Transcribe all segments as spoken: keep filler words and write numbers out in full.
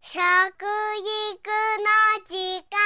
食育の時間。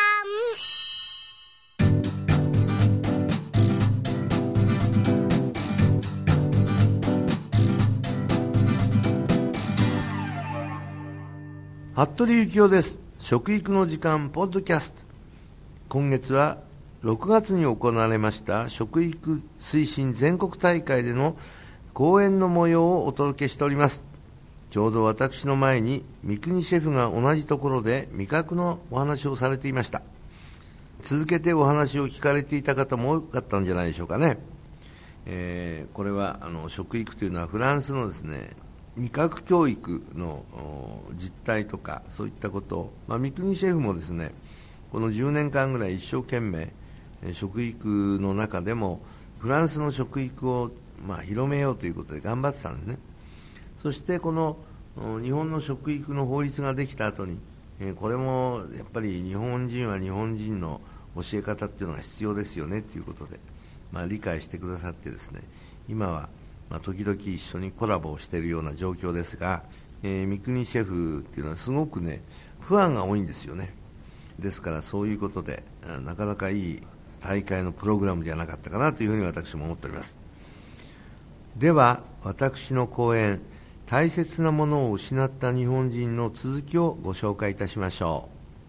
服部幸男です。食育の時間ポッドキャスト。今月はろくがつに行われました食育推進全国大会での講演の模様をお届けしております。ちょうど私の前に三國シェフが同じところで味覚のお話をされていました。続けてお話を聞かれていた方も多かったんじゃないでしょうかね。えー、これはあの食育というのはフランスのですね味覚教育の実態とかそういったことを、まあ、三國シェフもですねこのじゅうねんかんぐらい一生懸命食育の中でもフランスの食育を、まあ、広めようということで頑張ってたんですね。そしてこの日本の食育の法律ができた後にこれもやっぱり日本人は日本人の教え方っていうのが必要ですよねということで、まあ、理解してくださってですね今はまあ、時々一緒にコラボをしているような状況ですが、えー、三國シェフっていうのはすごくねファンが多いんですよね。ですからそういうことでなかなかいい大会のプログラムではなかったかなというふうに私も思っております。では私の講演大切なものを失った日本人の続きをご紹介いたしましょ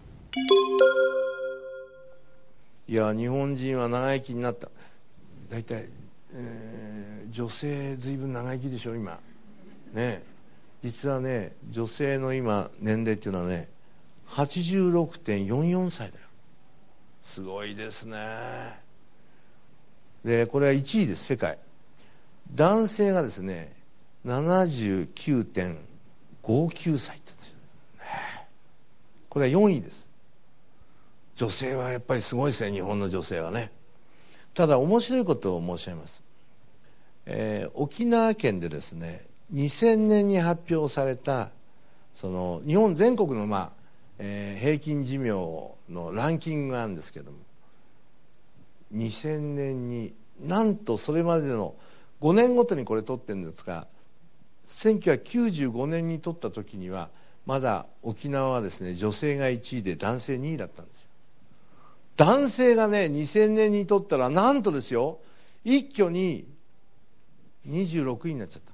う。いや日本人は長生きになった。だいたいえー、女性ずいぶん長生きでしょ今ね。実はね女性の今年齢っていうのはね はちじゅうろくてんよんよん 歳だよ。すごいですね。でこれはいちいです。世界男性がですね ななじゅうきゅうてんごきゅう 歳って言うんですよ、ね、これはよんいです。女性はやっぱりすごいですね日本の女性はね。ただ面白いことを申し上げます。えー、沖縄県でですねにせんねんに発表されたその日本全国の、まあえー、平均寿命のランキングがあるんですけどもにせんねんになんとそれまでのごねんごとにこれ取ってるんですがせんきゅうひゃくきゅうじゅうごねんに取った時にはまだ沖縄はですね女性がいちいで男性にいだったんですよ。男性がねにせんねんに取ったらなんとですよ一挙ににじゅうろくいになっちゃった、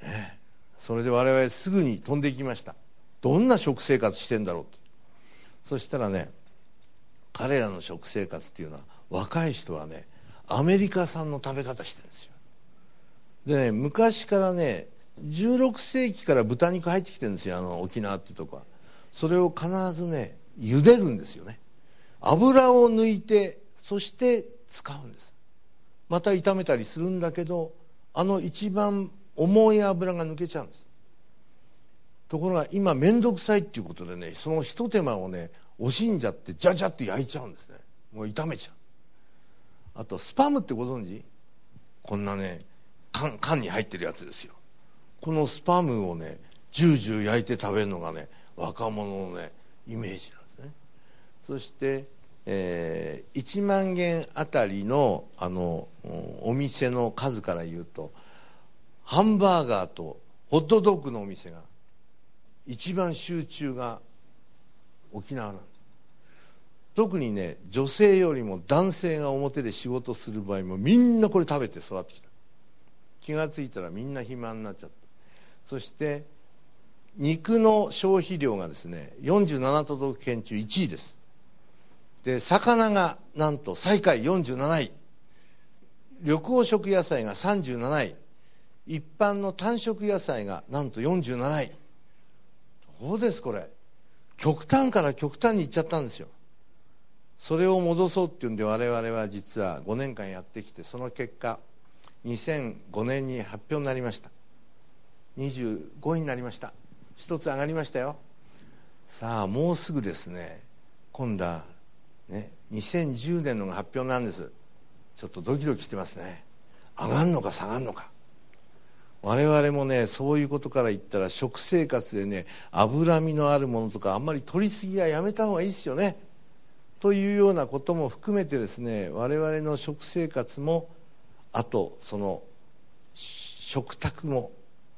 ね、それで我々すぐに飛んでいきました。どんな食生活してんだろうと。そしたらね彼らの食生活っていうのは若い人はねアメリカ産の食べ方してるんですよ。でね昔からねじゅうろくせいきから豚肉入ってきてるんですよあの沖縄っていうとこは。それを必ずね茹でるんですよね。油を抜いてそして使うんです。また炒めたりするんだけどあの一番重い油が抜けちゃうんです。ところが今面倒くさいっていうことでねその一手間をね惜しんじゃってジャジャッと焼いちゃうんですね。もう炒めちゃう。あとスパムってご存知？こんなね缶、缶に入ってるやつですよ。このスパムをねジュージュー焼いて食べるのがね若者のねイメージなんですね。そして、えー、いちまんげんあたりのあのお店の数から言うとハンバーガーとホットドッグのお店が一番集中が沖縄なんです。特にね女性よりも男性が表で仕事する場合もみんなこれ食べて育ってきた。気がついたらみんな肥満になっちゃった。そして肉の消費量がですねよんじゅうななとどくけん中いちいです。で魚がなんと最下位よんじゅうなない、緑黄色野菜がさんじゅうなない、一般の単色野菜がなんとよんじゅうなない。どうですこれ。極端から極端にいっちゃったんですよ。それを戻そうっていうんで我々は実はごねんかんやってきてその結果にせんごねんに発表になりました。にじゅうごいになりました。一つ上がりましたよ。さあもうすぐですね今度はねにせんじゅうねんのが発表なんです。ちょっとドキドキしてますね。上がるのか下がるのか。我々もねそういうことから言ったら食生活でね脂身のあるものとかあんまり摂りすぎはやめた方がいいですよねというようなことも含めてですね我々の食生活もあとその食卓もやっ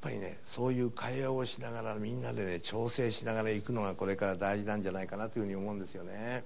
ぱりねそういう会話をしながらみんなでね調整しながら行くのがこれから大事なんじゃないかなというふうに思うんですよね。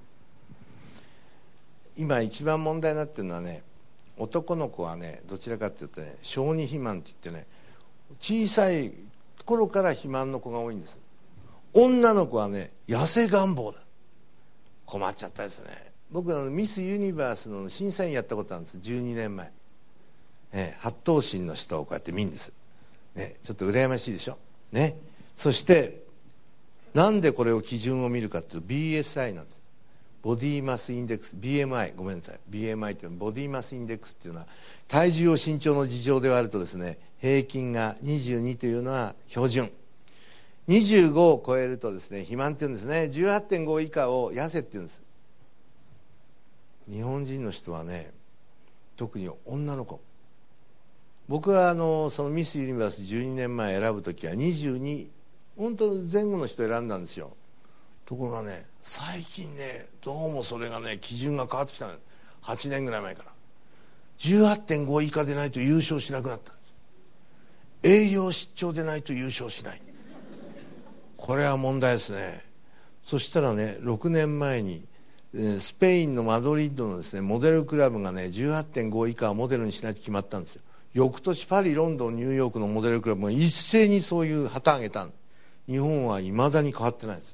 今一番問題になってるのはね、男の子はねどちらかというとね小児肥満って言ってね、小さい頃から肥満の子が多いんです。女の子はね痩せ願望だ。困っちゃったですね。僕はミスユニバースの審査員やったことあるんです、じゅうにねんまえ、えー、八頭身の人をこうやって見るんです、ね、ちょっと羨ましいでしょ、ね、そしてなんでこれを基準を見るかというと ビーエスアイ なんです。ボディマスインデックス ビーエムアイ ごめんなさい ビーエムアイ というのはボディマスインデックスっていうのは体重を身長の事情で割るとですね、平均がにじゅうにというのは標準、にじゅうごを超えるとですね肥満っていうんですね。 じゅうはってんご 以下を痩せっていうんです。日本人の人はね、特に女の子、僕はあのそのミスユニバースじゅうにねんまえ選ぶ時はにじゅうに本当前後の人選んだんですよ。ところがね最近ねどうもそれがね基準が変わってきたの。はちねんぐらい前から じゅうはってんご 以下でないと優勝しなくなったんです。営業失調でないと優勝しない。これは問題ですね。そしたらねろくねんまえにスペインのマドリッドのですねモデルクラブがね じゅうはってんご 以下をモデルにしないと決まったんですよ。翌年パリ、ロンドン、ニューヨークのモデルクラブが一斉にそういう旗揚げた。日本はいまだに変わってないです。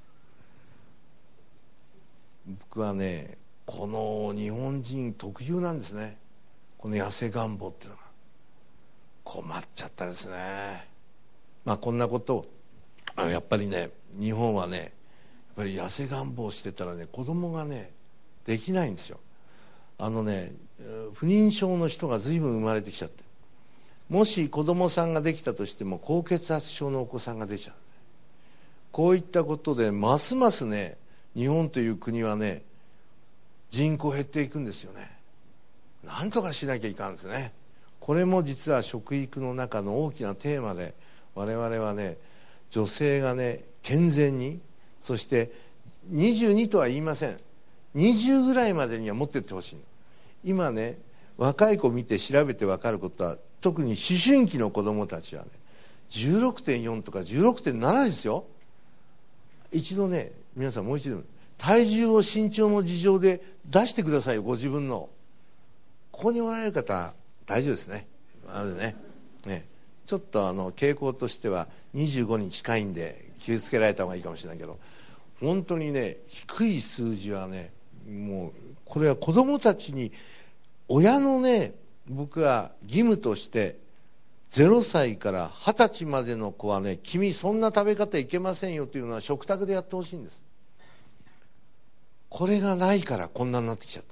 僕はねこの日本人特有なんですね、この痩せ願望っていうのが。困っちゃったですね。まあこんなことをやっぱりね日本はねやっぱり痩せ願望してたらね子供がねできないんですよ。あのね不妊症の人が随分生まれてきちゃって、もし子供さんができたとしても高血圧症のお子さんが出ちゃう。こういったことでますますね日本という国はね人口減っていくんですよね。なんとかしなきゃいかんですね。これも実は食育の中の大きなテーマで、我々はね女性がね健全に、そしてにじゅうにとは言いません、にじゅうぐらいまでには持ってってほしい。今ね若い子見て調べて分かることは、特に思春期の子どもたちはね じゅうろくてんよん とか じゅうろくてんなな ですよ。一度ね皆さんもう一度体重を身長の事情で出してくださいよ、ご自分の。ここにおられる方大丈夫ですね。あのねねちょっとあの傾向としてはにじゅうごに近いんで気をつけられた方がいいかもしれないけど、本当にね低い数字はねもうこれは子どもたちに、親のね僕は義務としてゼロさいからはたちまでの子はね、君そんな食べ方いけませんよというのは食卓でやってほしいんです。これがないからこんなになってきちゃった。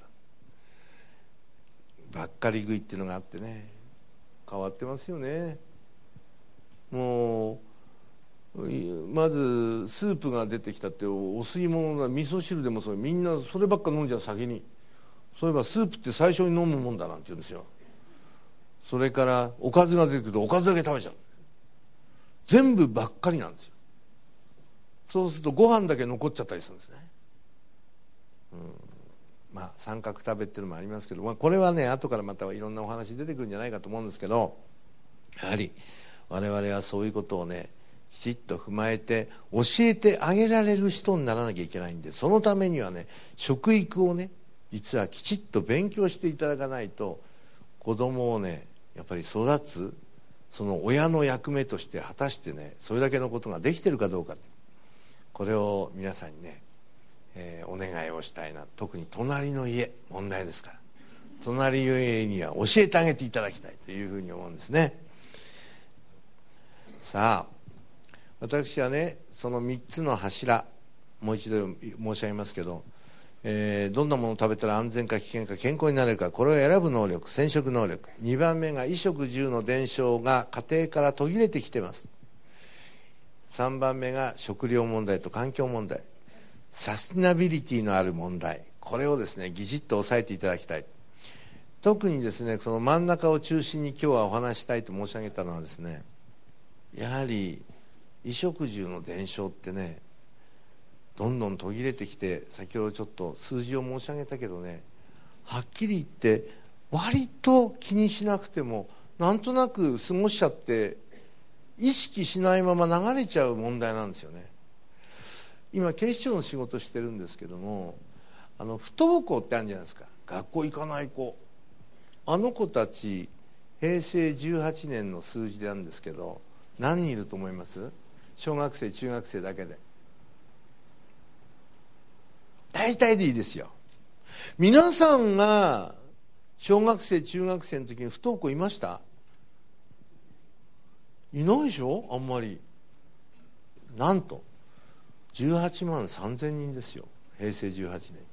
ばっかり食いっていうのがあってね変わってますよね。もうまずスープが出てきたってお吸い物が味噌汁でもそう、みんなそればっか飲んじゃう。先にそういえばスープって最初に飲むもんだなんて言うんですよ。それからおかずが出てくるとおかずだけ食べちゃう。全部ばっかりなんですよ。そうするとご飯だけ残っちゃったりするんですね。うん、まあ三角食べっていうのもありますけど、まあ、これはね後からまたいろんなお話出てくるんじゃないかと思うんですけど、やはり我々はそういうことをねきちっと踏まえて教えてあげられる人にならなきゃいけないんで、そのためにはね食育をね実はきちっと勉強していただかないと、子供をねやっぱり育つその親の役目として果たしてねそれだけのことができてるかどうか、これを皆さんにね、えー、お願いをしたいな。特に隣の家問題ですから、隣の家には教えてあげていただきたいというふうに思うんですね。さあ私はねそのみっつの柱、もう一度申し上げますけど、えー、どんなものを食べたら安全か危険か健康になれるか、これを選ぶ能力、選食能力。にばんめが衣食住の伝承が家庭から途切れてきてます。さんばんめが食料問題と環境問題、サスティナビリティのある問題、これをですねぎじっと押さえていただきたい。特にですねその真ん中を中心に今日はお話したいと申し上げたのはですね、やはり衣食住の伝承ってねどんどん途切れてきて、先ほどちょっと数字を申し上げたけどね、はっきり言って割と気にしなくてもなんとなく過ごしちゃって意識しないまま流れちゃう問題なんですよね。今警視庁の仕事してるんですけども、あの不登校ってあるんじゃないですか。学校行かない子、あの子たちへいせいじゅうはちねんの数字なんですけど、何人いると思います？小学生中学生だけで。大体でいいですよ。皆さんが小学生中学生の時に不登校いました？いないでしょ、あんまり。なんとじゅうはちまんさんぜんにんですよ、へいせいじゅうはちねん。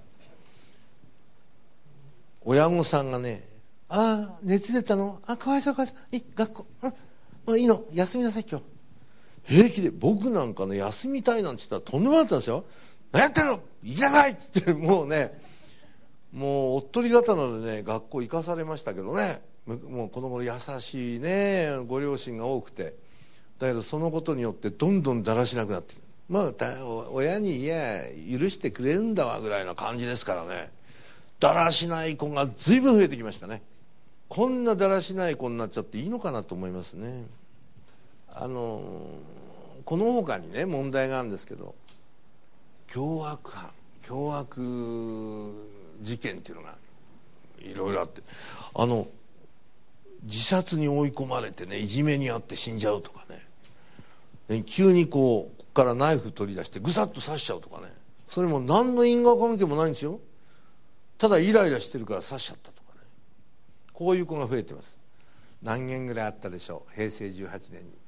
親御さんがね、ああ熱出たの、あかわいそうかわいそう、いい学校、うん、もういいの休みなさい今日。平気で、僕なんかね休みたいなんて言ったらとんでもなかったんですよ。何やってんの行きなさいってもうね、もうおっとり刀でね学校行かされましたけどね。もうこの頃優しいねご両親が多くて、だけどそのことによってどんどんだらしなくなっている。まあ親にいや許してくれるんだわぐらいな感じですからね。だらしない子が随分増えてきましたね。こんなだらしない子になっちゃっていいのかなと思いますね。あのこの他にね問題があるんですけど、凶悪犯凶悪事件っていうのがいろいろあって、あの自殺に追い込まれてねいじめにあって死んじゃうとかね、急にこうここからナイフ取り出してぐさっと刺しちゃうとかね、それも何の因果関係もないんですよ。ただイライラしてるから刺しちゃったとかね、こういう子が増えてます。何件ぐらいあったでしょう、へいせいじゅうはちねんに。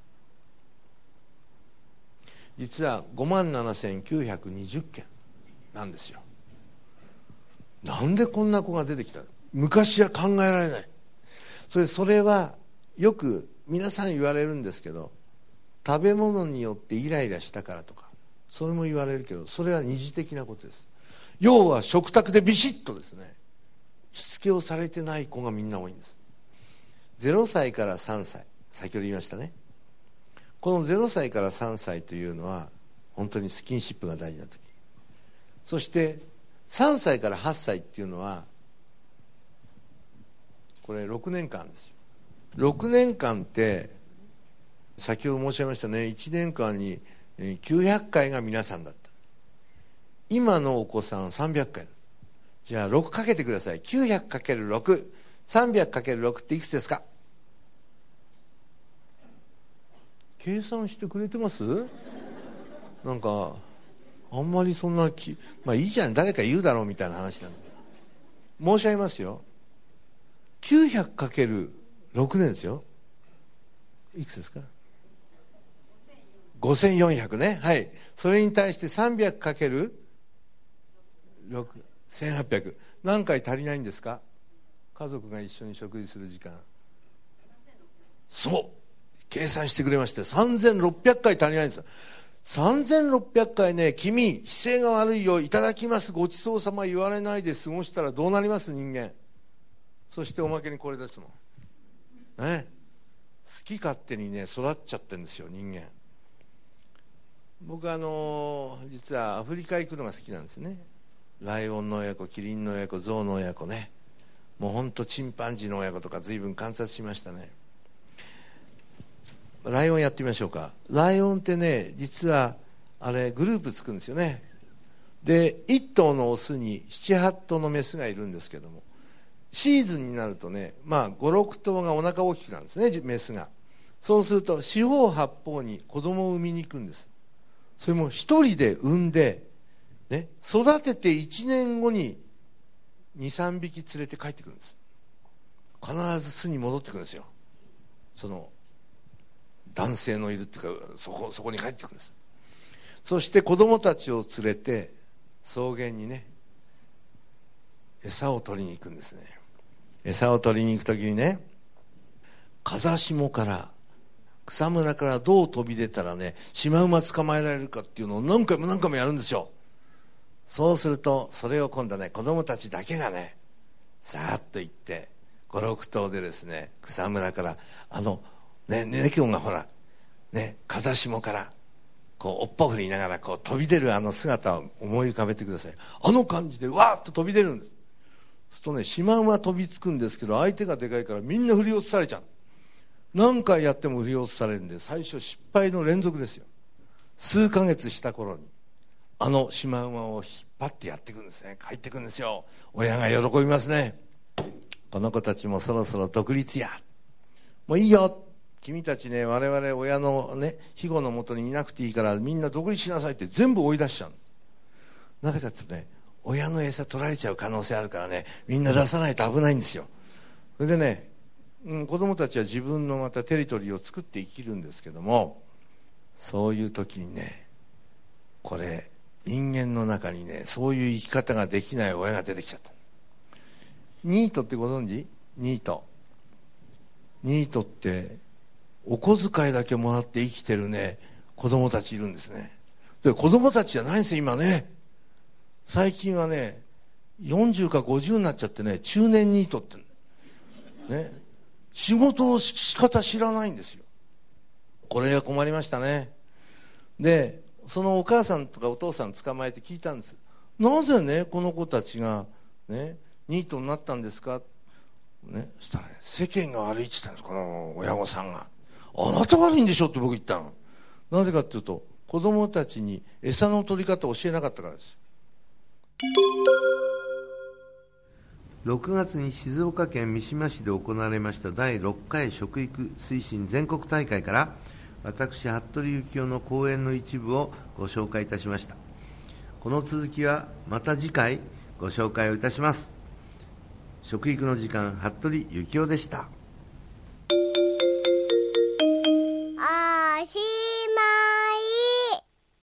実はごまんななせんきゅうひゃくにじゅっけんなんですよ。なんでこんな子が出てきたの？昔は考えられない。それそれはよく皆さん言われるんですけど、食べ物によってイライラしたからとかそれも言われるけど、それは二次的なことです。要は食卓でビシッとですねしつけをされてない子がみんな多いんです。ゼロさいからさんさい、先ほど言いましたね。このゼロさいからさんさいというのは本当にスキンシップが大事な時。そしてさんさいからはっさいっていうのはこれろくねんかんですよ。ろくねんかんって先ほど申し上げましたね、いちねんかんにきゅうひゃっかいが皆さんだった。今のお子さんさんびゃっかいです。じゃあろくかけてください。 きゅうひゃくかけるろく、さんびゃくかけるろく っていくつですか？計算してくれてます？なんかあんまりそんなきまあいいじゃん誰か言うだろうみたいな話なんで申し上げますよ。 きゅうひゃくかけるろく 年ですよ。いくつですか？ごせんよんひゃくね。はい。それに対して さんびゃくかけるろく、せんはっぴゃく。何回足りないんですか？家族が一緒に食事する時間。そう計算してくれまして、さんぜんろっぴゃっかい足りないんですよ。さんぜんろっぴゃっかいね、君姿勢が悪いよ、いただきますごちそうさま言われないで過ごしたらどうなります？人間。そしておまけにこれですもんね。好き勝手にね育っちゃってるんですよ人間。僕はあの実はアフリカ行くのが好きなんですね。ライオンの親子、キリンの親子、ゾウの親子ね、もうほんとチンパンジーの親子とか随分観察しましたね。ライオンやってみましょうか。ライオンってね実はあれグループつくんですよね。でいっとうのオスにななはっとうのメスがいるんですけども、シーズンになるとね、まあごろくとうがお腹大きくなるんですね、メスが。そうすると四方八方に子供を産みに行くんです。それも一人で産んで、ね、育てていちねんごににさんびき連れて帰ってくるんです。必ず巣に戻ってくるんですよ。その男性のいるっていうかそこ、そこに帰ってくるんです。そして子供たちを連れて草原にね餌を取りに行くんですね。餌を取りに行くときにね、風下から草むらからどう飛び出たらねシマウマ捕まえられるかっていうのを何回も何回もやるんですよ。そうするとそれを今度はね子供たちだけがねさーっと行ってごろくとうでですね草むらからあのね猫がほらね風下からこうおっぱ振りながらこう飛び出るあの姿を思い浮かべてください。あの感じでわーっと飛び出るんです。そうするとねシマウマ飛びつくんですけど相手がでかいからみんな振り落とされちゃう。 何回やっても売り落とされるんで、最初失敗の連続ですよ。数ヶ月した頃にあのシマウマを引っ張ってやっていくんですね。帰ってくるんですよ。親が喜びますね。この子たちもそろそろ独立や、もういいよ、君たちね、我々親のね庇護のもとにいなくていいからみんな独立しなさいって全部追い出しちゃうんです。なぜかというとね、親の餌取られちゃう可能性あるからね、みんな出さないと危ないんですよ。それでね、うん、子供たちは自分のまたテリトリーを作って生きるんですけども、そういう時にね、これ人間の中にね、そういう生き方ができない親が出てきちゃった。ニートってご存知？ニートニートってお小遣いだけもらって生きてるね子供たちいるんですね。で子供たちじゃないんですよ今ね。最近はねよんじゅうかごじゅうになっちゃってね、中年ニートってね、仕事の仕方知らないんですよ。これが困りましたね。でそのお母さんとかお父さん捕まえて聞いたんです。なぜねこの子たちがねニートになったんですかね。そしたらね、世間が悪いって言ったんです、この親御さんが。あなた悪いんでしょって僕言ったの。なぜかっていうと、子供たちに餌の取り方を教えなかったからです。ろくがつに静岡県三島市で行われましただいろっかい食育推進全国大会から、私服部幸男の講演の一部をご紹介いたしました。この続きはまた次回ご紹介をいたします。食育の時間、服部幸男でした。